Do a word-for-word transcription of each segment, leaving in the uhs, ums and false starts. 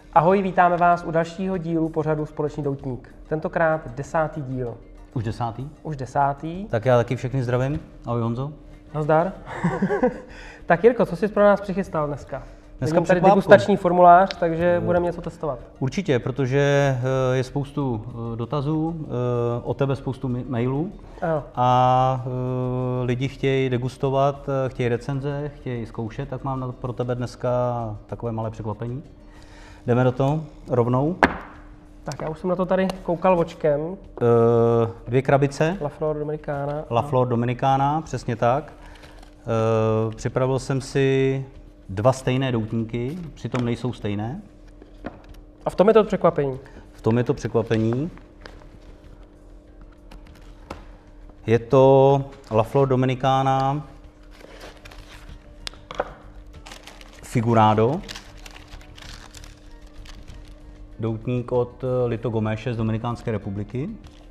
Ahoj, vítáme vás u dalšího dílu pořadu Společný doutník. Tentokrát desátý díl. Už desátý? Už desátý. Tak já taky všechny zdravím. Ahoj Honzo. Nazdar. Tak Jirko, co jsi pro nás přichystal dneska? Dneska Vidím tady degustační formulář, takže budeme něco testovat. Určitě, protože je spoustu dotazů, od tebe spoustu mailů Ano. a lidi chtějí degustovat, chtějí recenze, chtějí zkoušet, tak mám pro tebe dneska takové malé překvapení. Jdeme do toho rovnou. Tak já už jsem na to tady koukal očkem. Dvě krabice. La Flor Dominicana. La Flor Dominicana, přesně tak. Připravil jsem si dva stejné doutníky, přitom nejsou stejné. A v tom je to překvapení. V tom je to překvapení. Je to La Flor Dominicana Figurado. Doutník od Lito Gomeše z Dominikánské republiky.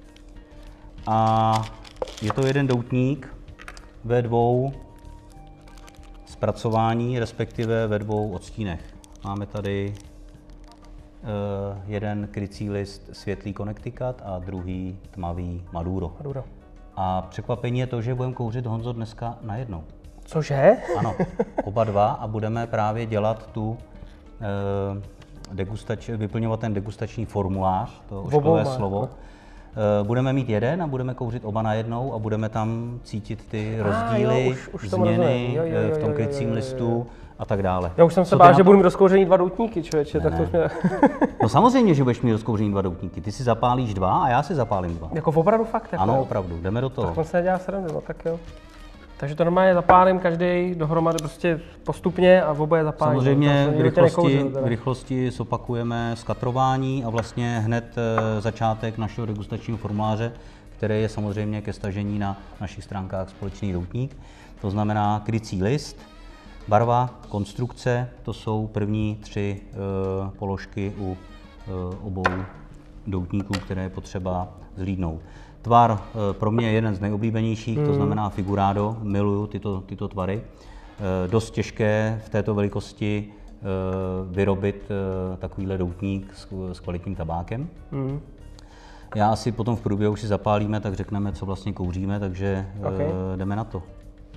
A je to jeden doutník ve dvou zpracování, respektive ve dvou odstínech. Máme tady uh, jeden krycí list světlý Connecticut a druhý tmavý Maduro. Maduro. A překvapení je to, že budeme kouřit, Honzo, dneska najednou. Cože? Ano, oba dva a budeme právě dělat tu uh, degustač, vyplňovat ten degustační formulář, to ošklivé slovo. Budeme mít jeden a budeme kouřit oba najednou a budeme tam cítit ty rozdíly, jo, už, už změny jo, jo, jo, v tom jo, krycím jo, jo, jo. listu a tak dále. Já už jsem se bál, že budu mít rozkouření dva doutníky, člověče, ne, tak to už mě... No samozřejmě, že budeš mít rozkouření dva doutníky. Ty si zapálíš dva a já si zapálím dva. Jako opravdu fakt? Jako... Ano, opravdu, jdeme do toho. Tak on se nedělá srandu, no tak jo. Takže to normálně zapálím každý dohromady prostě postupně a oboje zapálím. Samozřejmě no, v rychlosti, v rychlosti zopakujeme skatrování a vlastně hned začátek našeho degustačního formuláře, který je samozřejmě ke stažení na našich stránkách Společný doutník. To znamená krycí list, barva, konstrukce, to jsou první tři uh, položky u uh, obou doutníků, které je potřeba zhlídnout. Tvar uh, pro mě je jeden z nejoblíbenějších, mm. to znamená Figurado, miluju tyto, tyto tvary. Uh, dost těžké v této velikosti uh, vyrobit uh, takovýhle doutník s, s kvalitním tabákem. Mm. Já asi potom v průběhu si zapálíme, tak řekneme, co vlastně kouříme, takže okay. uh, jdeme na to.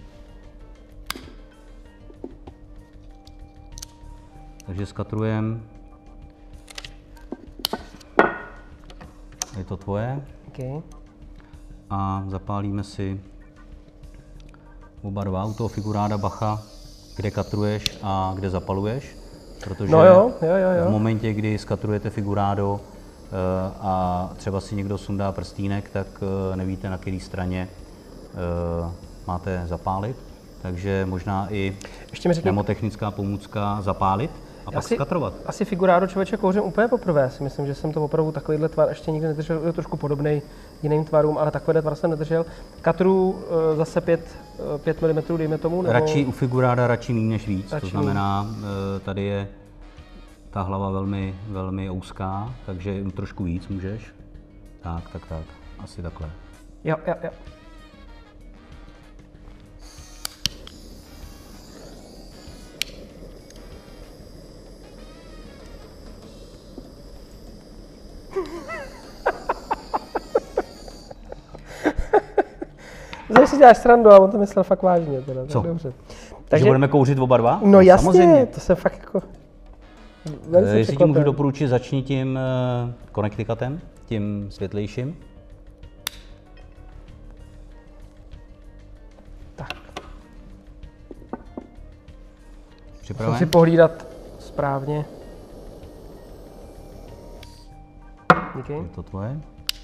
Takže skatrujeme. Je to tvoje. Okay. A zapálíme si oba dva u toho Figuráda bacha, kde katruješ a kde zapaluješ. Protože no jo, jo, jo, jo. v momentě, kdy skatrujete Figurádo a třeba si někdo sundá prstínek, tak nevíte, na které straně máte zapálit. Takže možná i mnemotechnická pomůcka zapálit a pak asi, skatrovat. Asi Figurado, člověče, kouřím úplně poprvé. Si myslím, že jsem to opravdu takovýhle tvar ještě nikdy nedržel. Je trošku podobný jiným tvarům, ale takovýhle tvar jsem nedržel. Katru zase pět milimetrů, dejme tomu. Nebo... Radši u Figuráda radši méně než víc. Radši to znamená, tady je ta hlava velmi, velmi úzká, takže trošku víc můžeš. Tak, tak, tak. Asi takhle. Jo, jo, jo. Zde si děláš srandu, a on to myslel fakt vážně. Teda, co? Dobře. Takže budeme kouřit oba dva? No, no jasně, samozřejmě. To jsem fakt jako... Jestli ti můžu doporučit, začni tím uh, Connecticutem, tím světlejším. Tak. Připraven? Musím si pohlídat správně. Díky. Je to tvoje.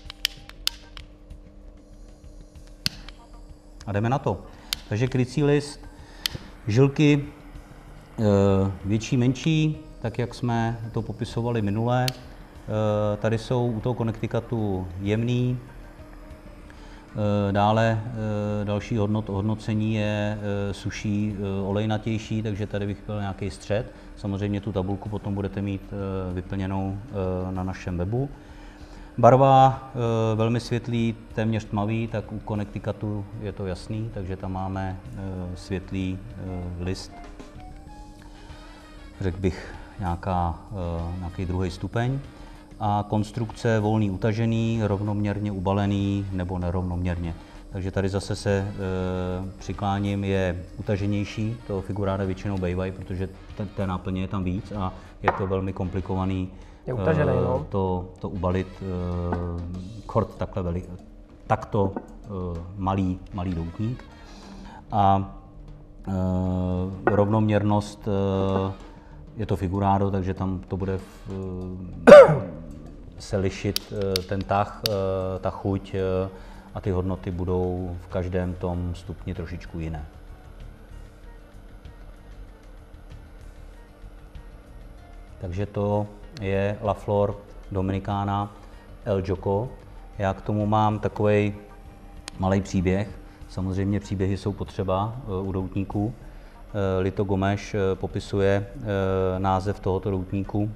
A jdeme na to. Takže krycí list, žilky větší, menší, tak jak jsme to popisovali minule. Tady jsou u toho Connecticutu jemný. Dále další hodnot, hodnocení je suší, olejnatější, takže tady bych byl nějaký střed. Samozřejmě tu tabulku potom budete mít vyplněnou na našem webu. Barva e, velmi světlý, téměř tmavý, tak u Connecticutu je to jasný, takže tam máme e, světlý e, list, řekl bych nějaká, nějaký druhý stupeň. A konstrukce volný utažený, rovnoměrně ubalený nebo nerovnoměrně. Takže tady zase se e, přikláním, je utaženější, to figuráda většinou bývají, protože té náplně je tam víc a je to velmi komplikovaný je utažený, e, no. to, to ubalit e, kort takhle veli, takto e, malý, malý doutník. A e, rovnoměrnost, e, je to figurádo, takže tam to bude v, e, se lišit e, ten tah, e, ta chuť, e, a ty hodnoty budou v každém tom stupni trošičku jiné. Takže to je La Flor Dominicana El Joco. Já k tomu mám takový malý příběh. Samozřejmě příběhy jsou potřeba u doutníků. Lito Gomes popisuje název tohoto doutníku,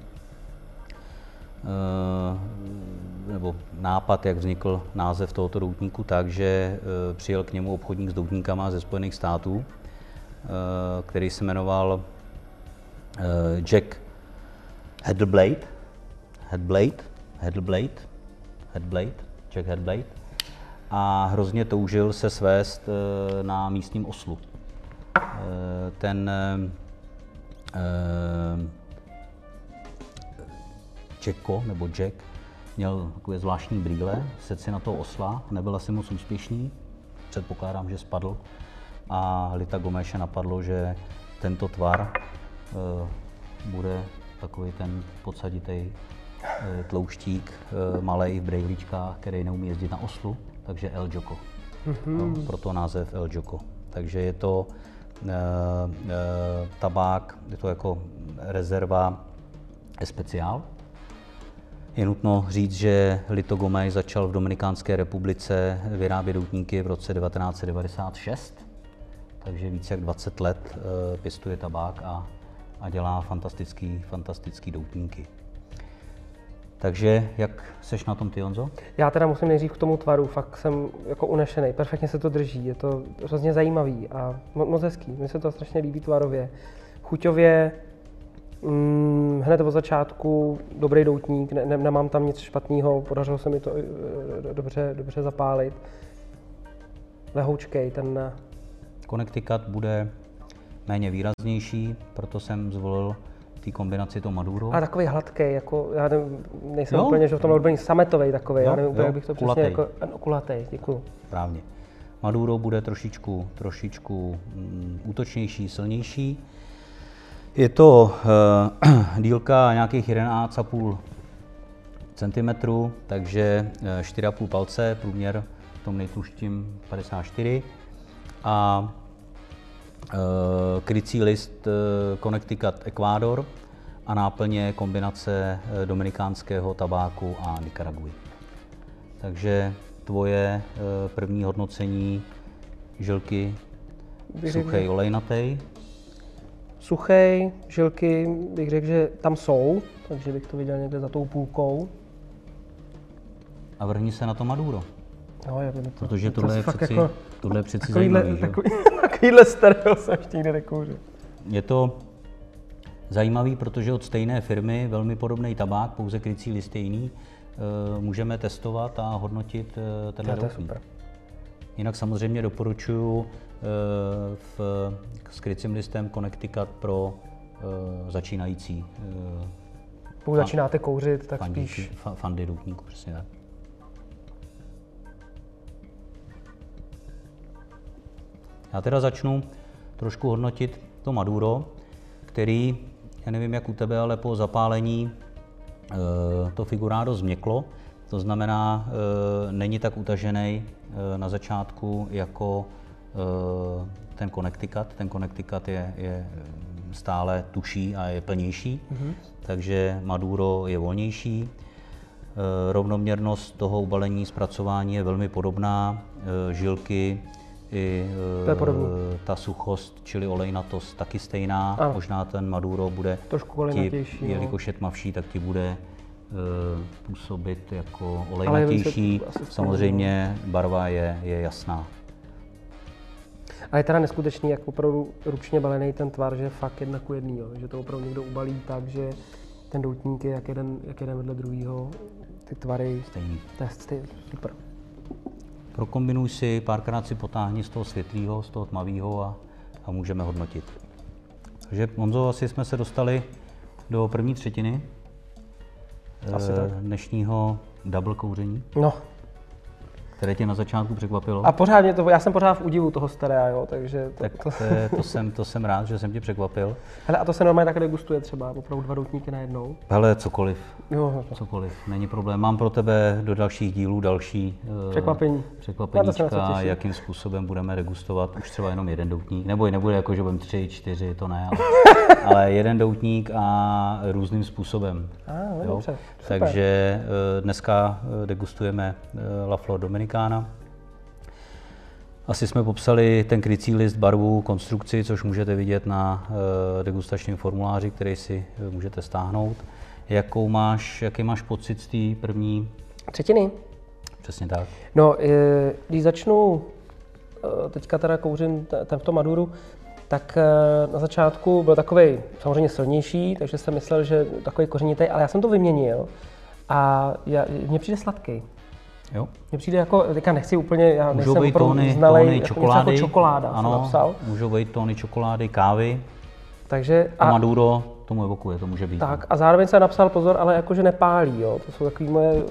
nebo nápad, jak vznikl název tohoto doutníku, tak, že přijel k němu obchodník s doutníkama ze Spojených států, který se jmenoval Jack Headblade, Headblade, Headblade, Headblade, Jack Headblade, a hrozně toužil se svést na místním oslu. Ten Jacko, nebo Jack, měl takové zvláštní brýle, sedl si na toho osla, nebyl asi moc úspěšný, předpokládám, že spadl, a Lita Gomeše napadlo, že tento tvar e, bude takový ten podsaditý e, tlouštík, e, malej v brejlíčkách, který neumí jezdit na oslu, takže El Joco. Mm-hmm. No, proto název El Joco. Takže je to e, e, tabák, je to jako rezerva especiál. Je nutno říct, že Lito Gomes začal v Dominikánské republice vyrábět doutníky v roce devatenáct set devadesát šest, takže více jak dvacet let e, pěstuje tabák a, a dělá fantastický, fantastický doutníky. Takže jak seš na tom ty, Honzo? Já teda musím nejdřív k tomu tvaru, fakt jsem jako unešený, perfektně se to drží, je to hrozně zajímavý a mo- moc hezký, mně se to strašně líbí tvarově. Chuťově, mm, hned od začátku dobrý doutník, ne- ne- nemám tam nic špatného, podařilo se mi to e, dobře, dobře zapálit. Lehoučkej, ten... Connecticut bude méně výraznější, proto jsem zvolil té kombinaci to Maduro. A takový hladký, jako já nevím, nejsem jo? úplně, že v tom odborný, sametový takový, jo, já nevím úplně, jo, jak bych to kulatej. přesně jako, ano, kulatej, děkuju. Správně. Maduro bude trošičku, trošičku mm, útočnější, silnější. Je to uh, dílka nějakých jedenáct a půl centimetru, takže uh, čtyři a půl palce, průměr v tom nejtluštím padesát čtyři. A uh, krycí list uh, Connecticut Ecuador a náplně kombinace uh, dominikánského tabáku a Nikaraguy. Takže tvoje uh, první hodnocení žilky suchej, olejnatej. Suchej, žilky bych řekl, že tam jsou, takže bych to viděl někde za tou půlkou. A vrhni se na to Maduro. No, já vím, to, protože to tohle je, přeci, jako, tohle je přeci takovýhle, zajímavý, že? Takový, takovýhle stereo jsem ještě nikdy nekouřil. Je to zajímavý, protože od stejné firmy, velmi podobný tabák, pouze krycí list je jiný, můžeme testovat a hodnotit tenhle doutník. Jinak samozřejmě doporučuji v, s krycím listem Connecticut pro začínající. Pokud začínáte kouřit, tak fandíky, spíš... Fandy doutníku, přesně tak. Já teda začnu trošku hodnotit to Maduro, který, já nevím jak u tebe, ale po zapálení e, to figurádo změklo. To znamená, e, není tak utažený e, na začátku jako e, ten Connecticut. Ten Connecticut je, je stále tuší a je plnější, mm-hmm. takže Maduro je volnější. E, rovnoměrnost toho ubalení, zpracování je velmi podobná. E, žilky i e, ta suchost, čili olejnatost, taky stejná. Ano. Možná ten Maduro bude, trošku olejnatější, jelikož je tmavší, tak ti bude e, působit jako olejnatější. Samozřejmě barva je, je jasná. Ale je teda neskutečný, jak opravdu ručně balený ten tvar, že je fakt jedna ku jedný, jo. Že to opravdu někdo ubalí tak, že ten doutník je jak jeden, jak jeden vedle druhýho, ty tvary, stejný. To je stejný, super. Prokombinuj si, párkrát si potáhni z toho světlého, z toho tmavého a, a můžeme hodnotit. Takže Honzo, asi jsme se dostali do první třetiny asi e, tak. dnešního double kouření. No. Které tě na začátku překvapilo? A pořád mě to, já jsem pořád v údivu toho sterea, jo, takže... To, tak to, to, je, to, jsem, to jsem rád, že jsem tě překvapil. Hele, a to se normálně takhle degustuje třeba, opravdu dva doutníky najednou. Hele, cokoliv, Jo, cokoliv, není problém. Mám pro tebe do dalších dílů další překvapení. překvapeníčka, jakým způsobem budeme degustovat. Už třeba jenom jeden doutník, nebo nebude jako, že budeme tři, čtyři, to ne, ale, ale jeden doutník a různým způsobem. Ah, jo? Dobře, Takže dneska degustujeme La Flor Dominicana. Asi jsme popsali ten krycí list, barvu, konstrukci, což můžete vidět na degustačním formuláři, který si můžete stáhnout. Jakou máš, jaký máš pocit z té první třetiny? Přesně tak. No, když začnu, teďka teda kouřím v tom Maduru, tak na začátku byl takový samozřejmě silnější, takže jsem myslel, že takový kořenitý, ale já jsem to vyměnil a já, mně přijde sladký. Jo. Mně přijde jako, teďka nechci úplně, já můžou nejsem opravdu tóny, znalej, tóny jako čokolády, jako čokoláda, ano, jsem napsal. Můžou být tóny čokolády, kávy. Takže a, a Maduro tomu evokuje, to může být. Tak a zároveň jsem napsal pozor, ale jakože nepálí, jo. To jsou takové moje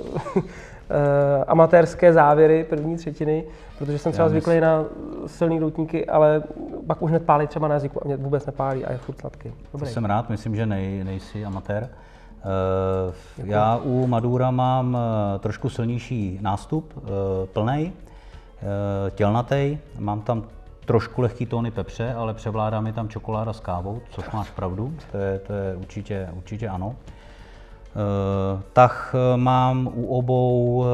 amatérské závěry první třetiny, protože jsem třeba zvyklý na silný doutníky, ale pak už hned pálí třeba na jazyku a mě vůbec nepálí a je furt sladký. Dobrý. To jsem rád, myslím, že nej, nejsi amatér. Uh, já u Madura mám uh, trošku silnější nástup, uh, plnej, uh, tělnatej, mám tam trošku lehký tóny pepře, ale převládá mi tam čokoláda s kávou, což máš pravdu, to je, to je určitě, určitě ano. Uh, tak mám u obou uh,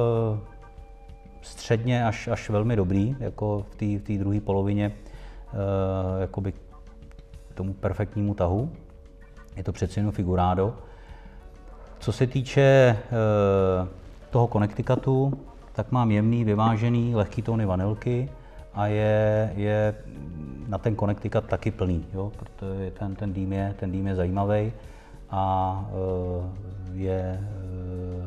středně až, až velmi dobrý, jako v té druhé polovině, uh, jakoby k tomu perfektnímu tahu. Je to přeci jenom figurado. Co se týče uh, toho Connecticutu, tak mám jemný, vyvážený, lehký tóny vanilky a je, je na ten Connecticut taky plný, jo? Protože ten, ten, dým je, ten dým je zajímavý a uh, je uh,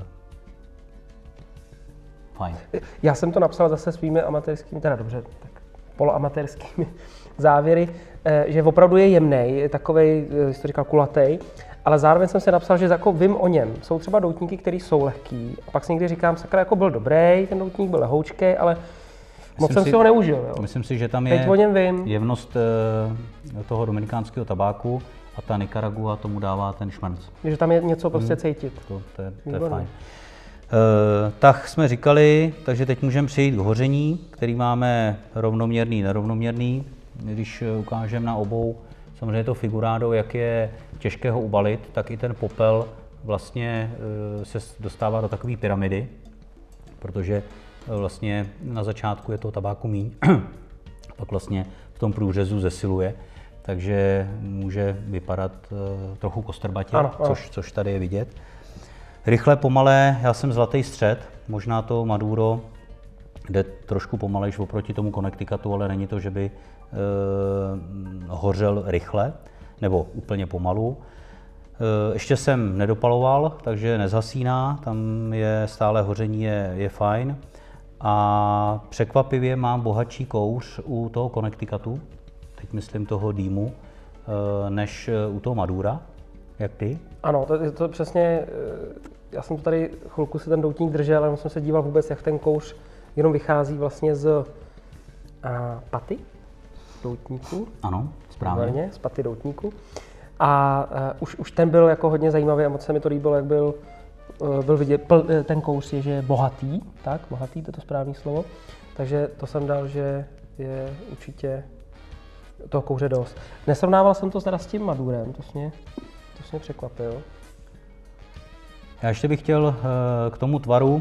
fajn. Já jsem to napsal zase svými amatérskými, teda dobře, tak poloamatérskými závěry, že opravdu je jemnej, je takovej, jsi to říkal, kulatej, ale zároveň jsem si napsal, že jako vím o něm. Jsou třeba doutníky, které jsou lehký, a pak si někdy říkám, sakra, jako byl dobrý, ten doutník byl lehoučkej, ale moc jsem si ho neužil. Jo. Myslím si, že tam je Teď o něm vím. jevnost toho dominikánského tabáku a ta Nicaragua tomu dává ten šmrnc. Že tam je něco prostě hmm. cítit. To, to, je, to je fajn. Uh, tak jsme říkali, takže teď můžeme přejít k hoření, který máme rovnoměrný, nerovnoměrný. Když ukážeme na obou, samozřejmě to figurado, jak je těžké ho ubalit, tak i ten popel vlastně uh, se dostává do takové pyramidy, protože uh, vlastně na začátku je toho tabáku míň, pak vlastně v tom průřezu zesiluje, takže může vypadat uh, trochu kostrbatě, ano, ano. Což, což tady je vidět. Rychle, pomalé, já jsem zlatý střed, možná to Maduro jde trošku pomalejš oproti tomu Connecticutu, ale není to, že by e, hořel rychle, nebo úplně pomalu. E, ještě jsem nedopaloval, takže nezhasíná, tam je stále hoření, je, je fajn. A překvapivě mám bohatší kouř u toho Connecticutu, teď myslím toho dýmu, e, než u toho Madura. Jak ty? Ano, to, to přesně, já jsem to tady chvilku si ten doutník držel, ale jsem se díval vůbec, jak ten kouř jenom vychází vlastně z a, paty doutníku. Ano, správně. Výborně, z paty doutníku. A, a už, už ten byl jako hodně zajímavý a moc se mi to líbilo, jak byl, byl vidět, pl, ten kouř je, že je bohatý, tak, bohatý, to je to správné slovo. Takže to jsem dal, že je určitě toho kouře dost. Nesrovnával jsem to teda s tím Madurem, to mě, to mě překvapil. Já ještě bych chtěl k tomu tvaru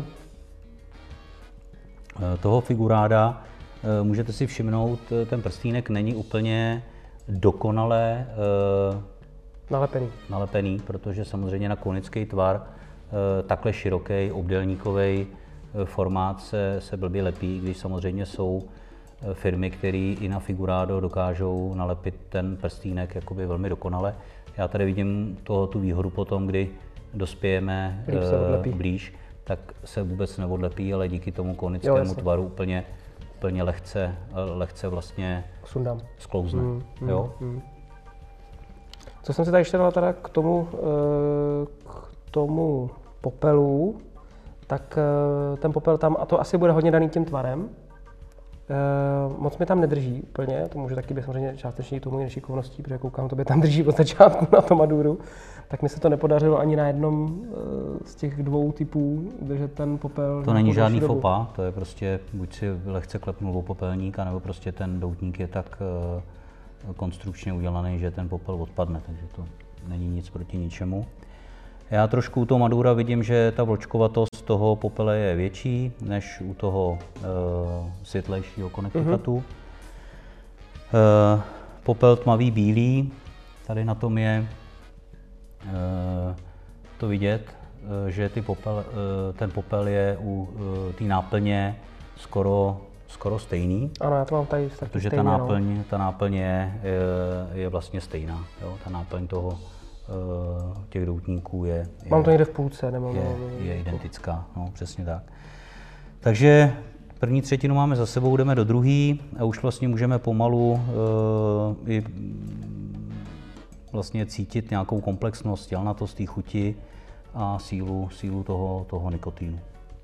toho figuráda, můžete si všimnout, ten prstýnek není úplně dokonale nalepený. nalepený, protože samozřejmě na konický tvar takhle široký, obdélníkový formát se, se blbě lepí, když samozřejmě jsou firmy, které i na figurado dokážou nalepit ten prstýnek jakoby velmi dokonale. Já tady vidím toho, tu výhodu potom, kdy dospějeme se blíž, tak se vůbec neodlepí, ale díky tomu konickému jo, tvaru úplně, úplně lehce, lehce vlastně Sundám. sklouzne. Mm, mm, jo? Mm. Co jsem si tady ještě dala teda k tomu, k tomu popelu, tak ten popel tam, a to asi bude hodně daný tím tvarem, moc mi tam nedrží úplně, to může taky být samozřejmě částečně tomu nešikovností, protože koukám, to by tam drží od začátku na tom Maduru, tak mi se to nepodařilo ani na jednom z těch dvou typů držet ten popel. To není žádný fopa, to je prostě buď si lehce klepnul o popelník, anebo prostě ten doutník je tak konstrukčně udělaný, že ten popel odpadne, takže to není nic proti ničemu. Já trošku u toho Madura vidím, že ta vločkovatost toho popele je větší než u toho e, světlejšího Connecticatu. Mm-hmm. E, popel tmavý bílý, tady na tom je e, to vidět, e, že ty popel, e, ten popel je u e, té náplně skoro, skoro stejný. Ano, já to mám tady protože stejně, ta náplň, no. ta náplň je, je, je vlastně stejná, jo? Ta náplň toho těch doutníků je, je, mám to někde v půlce, nemám, je, je identická, no, přesně tak. Takže první třetinu máme za sebou, jdeme do druhé a už vlastně můžeme pomalu uh, i vlastně cítit nějakou komplexnost, tělnatost té chuti a sílu, sílu toho, toho nikotinu.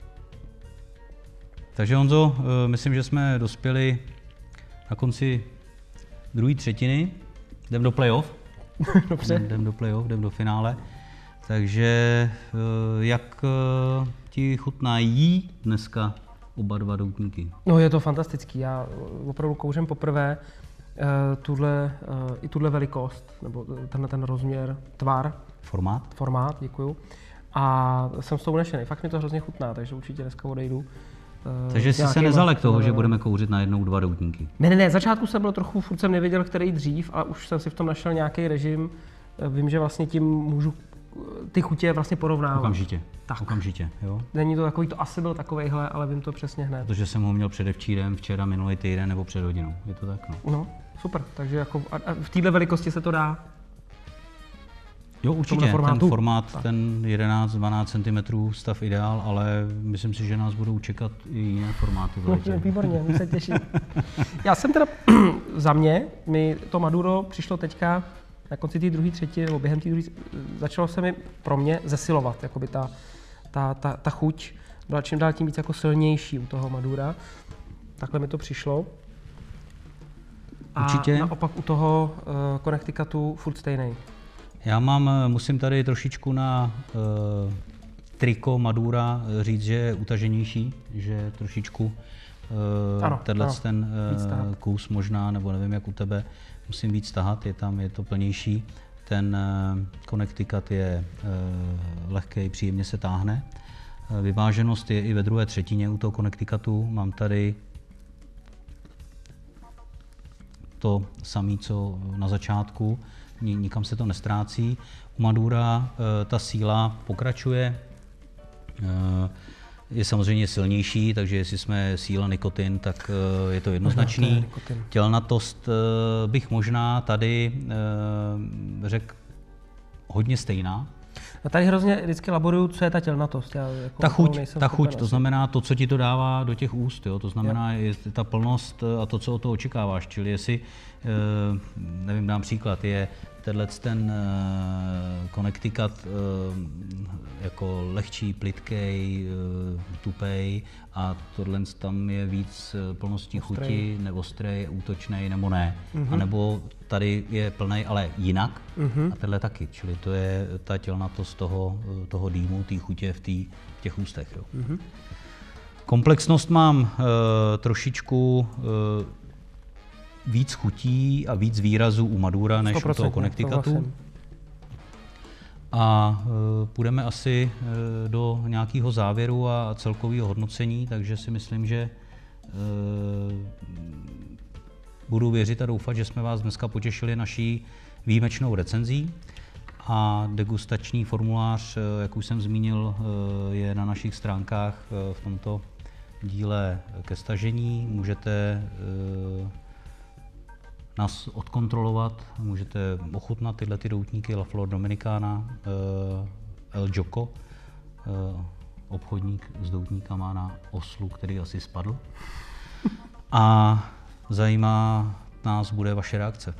Takže Honzo, uh, myslím, že jsme dospěli na konci druhé třetiny, jdeme do playoff. Dobře. Jdem do playoff, jdem do finále. Takže jak ti chutnají dneska oba dva doutníky? No je to fantastický, já opravdu kouřím poprvé tuhle, i tuhle velikost, nebo tenhle ten rozměr, tvar. Formát? Formát, děkuju. A jsem z toho unešený, fakt mi to hrozně chutná, takže určitě dneska odejdu. Takže jsi se nezalek toho, že budeme kouřit najednou dva doutníky? Ne, ne, ne, začátku jsem byl trochu, furt jsem nevěděl, který dřív, ale už jsem si v tom našel nějaký režim. Vím, že vlastně tím můžu ty chutě vlastně porovnávat. Okamžitě, tak. Okamžitě, jo. Není to takový, to asi byl takovejhle, ale vím to přesně hned. Protože jsem ho měl předevčírem, včera, minulý týden nebo před hodinou, je to tak, no. No, super, takže jako a, a v této velikosti se to dá. Jo, určitě, ten formát, tak. Ten jedenáct dvanáct centimetrů stav ideál, ale myslím si, že nás budou čekat i jiné formáty v létě. No, výborně, my se těším. Já jsem teda, za mě, mi to Maduro přišlo teďka na konci té druhé třetiny, nebo během té druhé, začalo se mi pro mě zesilovat, jakoby ta, ta, ta, ta chuť byla čím dál tím víc jako silnější u toho Madura. Takhle mi to přišlo. A určitě. Naopak u toho uh, Connecticutu furt stejný. Já mám, musím tady trošičku na uh, triko Madura říct, že je utaženější, že trošičku uh, ano, tenhle ano, ten uh, kus možná, nebo nevím jak u tebe, musím víc tahat, je tam, je to plnější. Ten uh, Connecticut je uh, lehký, příjemně se táhne. Uh, vyváženost je i ve druhé třetině u toho Connecticutu. Mám tady to samé, co na začátku. Nikam se to nestrácí. U Madura e, ta síla pokračuje, e, je samozřejmě silnější, takže jestli jsme síla nikotin, tak e, je to jednoznačný. Tělnatost e, bych možná tady e, řekl hodně stejná. A tady hrozně vždycky laboruju, co je ta tělnatost. Já jako ta chuť, ta chuť to znamená to, co ti to dává do těch úst, jo? To znamená je ta plnost a to, co od toho očekáváš. Čili jestli, nevím, dám příklad, je tenhle ten Connecticut jako lehčí, plytkej, tupej a tohle tam je víc plností chuti, nebo ostrej, útočnej, nebo ne. Mm-hmm. A nebo tady je plnej, ale jinak mm-hmm. a tenhle taky. Čili to je ta tělnatost toho, toho dýmu, té chutě v, tý, v těch ústech. Jo. Mm-hmm. Komplexnost mám uh, trošičku uh, víc chutí a víc výrazů u Madura než u toho Connecticutu. A uh, půjdeme asi uh, do nějakého závěru a celkového hodnocení, takže si myslím, že uh, budu věřit a doufat, že jsme vás dneska potěšili naší výjimečnou recenzí. A degustační formulář, jak už jsem zmínil, je na našich stránkách v tomto díle ke stažení, můžete nás odkontrolovat, můžete ochutnat tyhle ty doutníky La Flor Dominicana, El Joko, obchodník s doutníkama na oslu, který asi spadl. A zajímá nás bude vaše reakce.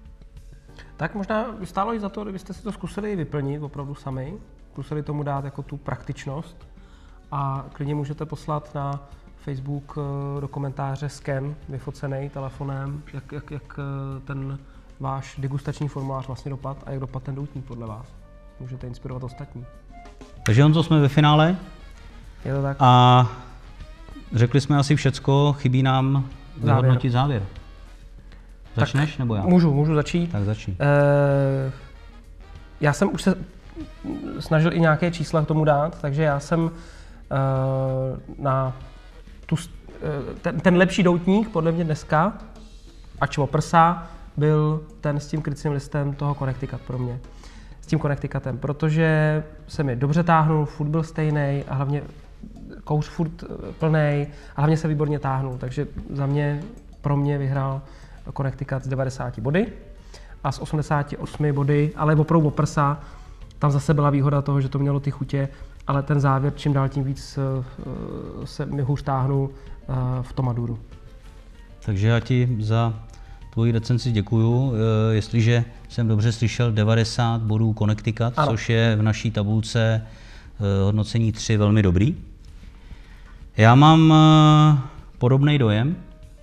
Tak možná stálo i za to, kdybyste si to zkusili vyplnit opravdu sami, zkusili tomu dát jako tu praktičnost a klidně můžete poslat na Facebook do komentáře sken vyfocený telefonem, jak, jak, jak ten váš degustační formulář vlastně dopad a jak dopad ten doutník podle vás. Můžete inspirovat ostatní. Takže Honzo, jsme ve finále. Je to tak. A řekli jsme asi všecko, chybí nám vyhodnotit závěr. Začneš tak nebo já? Můžu, můžu začít. Tak začni. E, já jsem už se snažil i nějaké čísla k tomu dát, takže já jsem e, na tu, ten, ten lepší doutník podle mě dneska, ač o prsa, byl ten s tím krycím listem toho Connecticut pro mě. S tím Connecticutem, protože se mi dobře táhnul, furt byl stejný a hlavně kouř furt plnej a hlavně se výborně táhnul, takže za mě, pro mě vyhrál Connecticut z devadesáti body a z osmdesáti osmi body, ale opravdu o prsa, tam zase byla výhoda toho, že to mělo ty chutě, ale ten závěr čím dál tím víc se mi hůř táhnul v tom Maduru. Takže já ti za tvoji recenzi děkuju. Jestliže jsem dobře slyšel, devadesát bodů Connecticut, ano. Což je v naší tabulce hodnocení tři velmi dobrý. Já mám podobný dojem,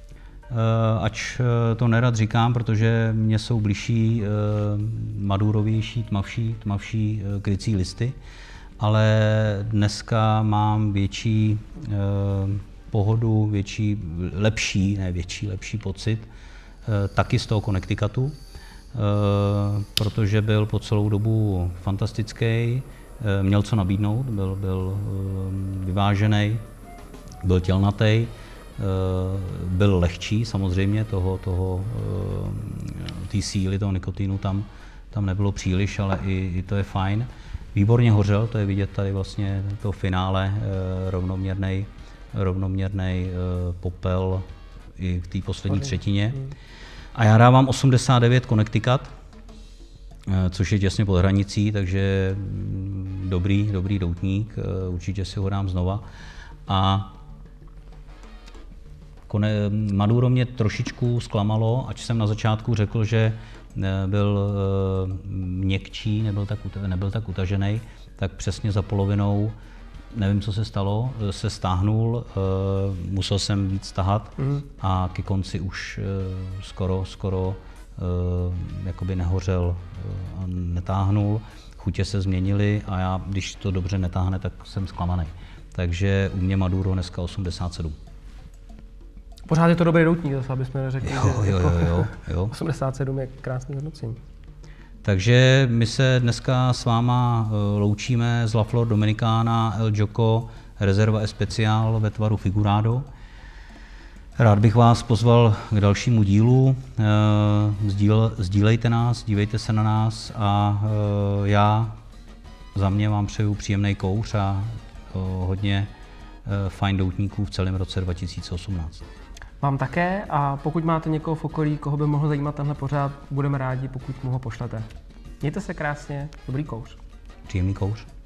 ač to nerad říkám, protože mně jsou bližší madurovější, tmavší, tmavší krycí listy, ale dneska mám větší pohodu, větší, lepší, ne větší, lepší pocit taky z toho Connecticutu, protože byl po celou dobu fantastický, měl co nabídnout, byl, byl vyvážený, byl tělnatý, byl lehčí samozřejmě, toho, toho, té síly, toho nikotinu tam, tam nebylo příliš, ale i, i to je fajn. Výborně hořel, to je vidět tady vlastně to finále, rovnoměrný rovnoměrný popel i v té poslední třetině. A já dávám osmdesát devět Connecticut, což je těsně pod hranicí, takže dobrý, dobrý doutník, určitě si ho dám znova. A Maduro mě trošičku zklamalo, ač jsem na začátku řekl, že byl měkčí, nebyl tak, nebyl tak utažený, tak přesně za polovinou, nevím, co se stalo, se stáhnul, musel jsem víc tahat mm. a ke konci už skoro, skoro jakoby nehořel a netáhnul. Chutě se změnily a já, když to dobře netáhne, tak jsem zklamaný. Takže u mě Maduro dneska osmdesát sedm. Pořád je to dobrý doutník, zase, aby jsme neřekli, jo, že jo, jako jo, jo, jo. osmdesát sedm je krásný hodnocení. Takže my se dneska s váma loučíme z La Flor Dominicana El Joko Reserva Especial ve tvaru Figurado. Rád bych vás pozval k dalšímu dílu. Sdíl, sdílejte nás, dívejte se na nás a já za mě vám přeju příjemný kouř a hodně fajn doutníků v celém roce dva tisíce osmnáct. Vám také a pokud máte někoho v okolí, koho by mohl zajímat tenhle pořád, budeme rádi, pokud mu ho pošlete. Mějte se krásně, dobrý kouř. Příjemný kouř.